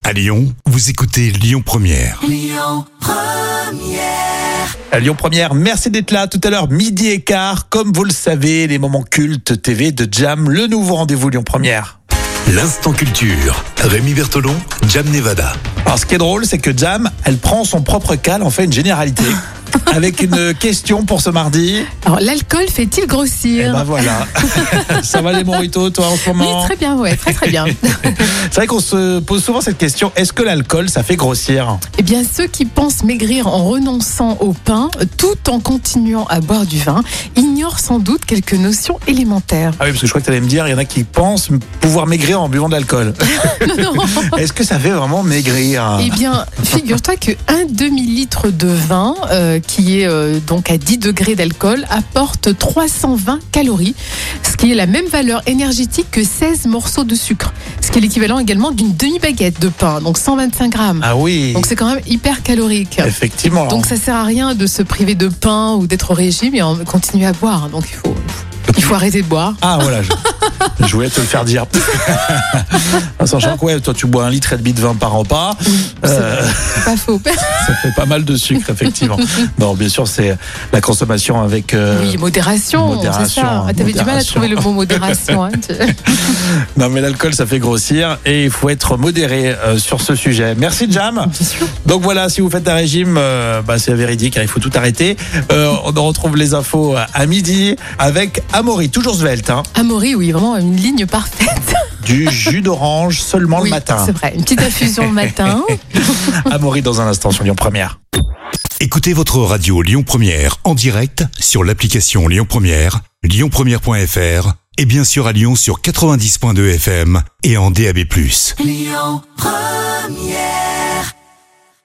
À Lyon, vous écoutez Lyon Première. À Lyon Première, merci d'être là. Tout à l'heure, 12h15. Comme vous le savez, les moments cultes TV de Jam, le nouveau rendez-vous Lyon Première. L'instant culture. Rémi Bertolon, Jam Nevada. Alors, ce qui est drôle, c'est que Jam, elle prend son propre cas, elle en fait une généralité. Avec une question pour ce mardi. Alors, l'alcool fait-il grossir ? Eh ben voilà. Ça va les moritos, toi, en ce moment ? Oui, très bien, ouais, très bien. C'est vrai qu'on se pose souvent cette question, est-ce que l'alcool, ça fait grossir ? Eh bien, ceux qui pensent maigrir en renonçant au pain, tout en continuant à boire du vin, ignorent sans doute quelques notions élémentaires. Ah oui, parce que je crois que tu allais me dire, il y en a qui pensent pouvoir maigrir en buvant de l'alcool. Non. Est-ce que ça fait vraiment maigrir ? Eh bien, figure-toi qu'un demi-litre de vin, qui est donc à 10 degrés d'alcool, apporte 320 calories, ce qui est la même valeur énergétique que 16 morceaux de sucre, ce qui est l'équivalent également d'une demi-baguette de pain, donc 125 grammes. Ah oui. Donc c'est quand même hyper calorique. Effectivement. Donc ça sert à rien de se priver de pain ou d'être au régime et continuer à boire. Donc il faut arrêter de boire. Ah voilà, je voulais te le faire dire. Sachant que ouais, toi tu bois 1,5 litre de vin par repas. C'est pas faux. Ça fait pas mal de sucre, effectivement. Non, bien sûr, c'est la consommation avec... Oui, modération, c'est ça. T'avais du mal à trouver le mot modération. Hein. Non, mais l'alcool, ça fait grossir et il faut être modéré sur ce sujet. Merci, Jam. Bien sûr. Donc voilà, si vous faites un régime, c'est véridique, hein, il faut tout arrêter. On retrouve les infos à midi avec Amaury, toujours svelte. Hein. Amaury, oui, vraiment une ligne parfaite. Du jus d'orange seulement le matin. C'est vrai, une petite infusion le matin. Amaury dans un instant sur Lyon Première. Écoutez votre radio Lyon Première en direct sur l'application Lyon Première, lyonpremière.fr et bien sûr à Lyon sur 90.2 FM et en DAB+. Lyon Première.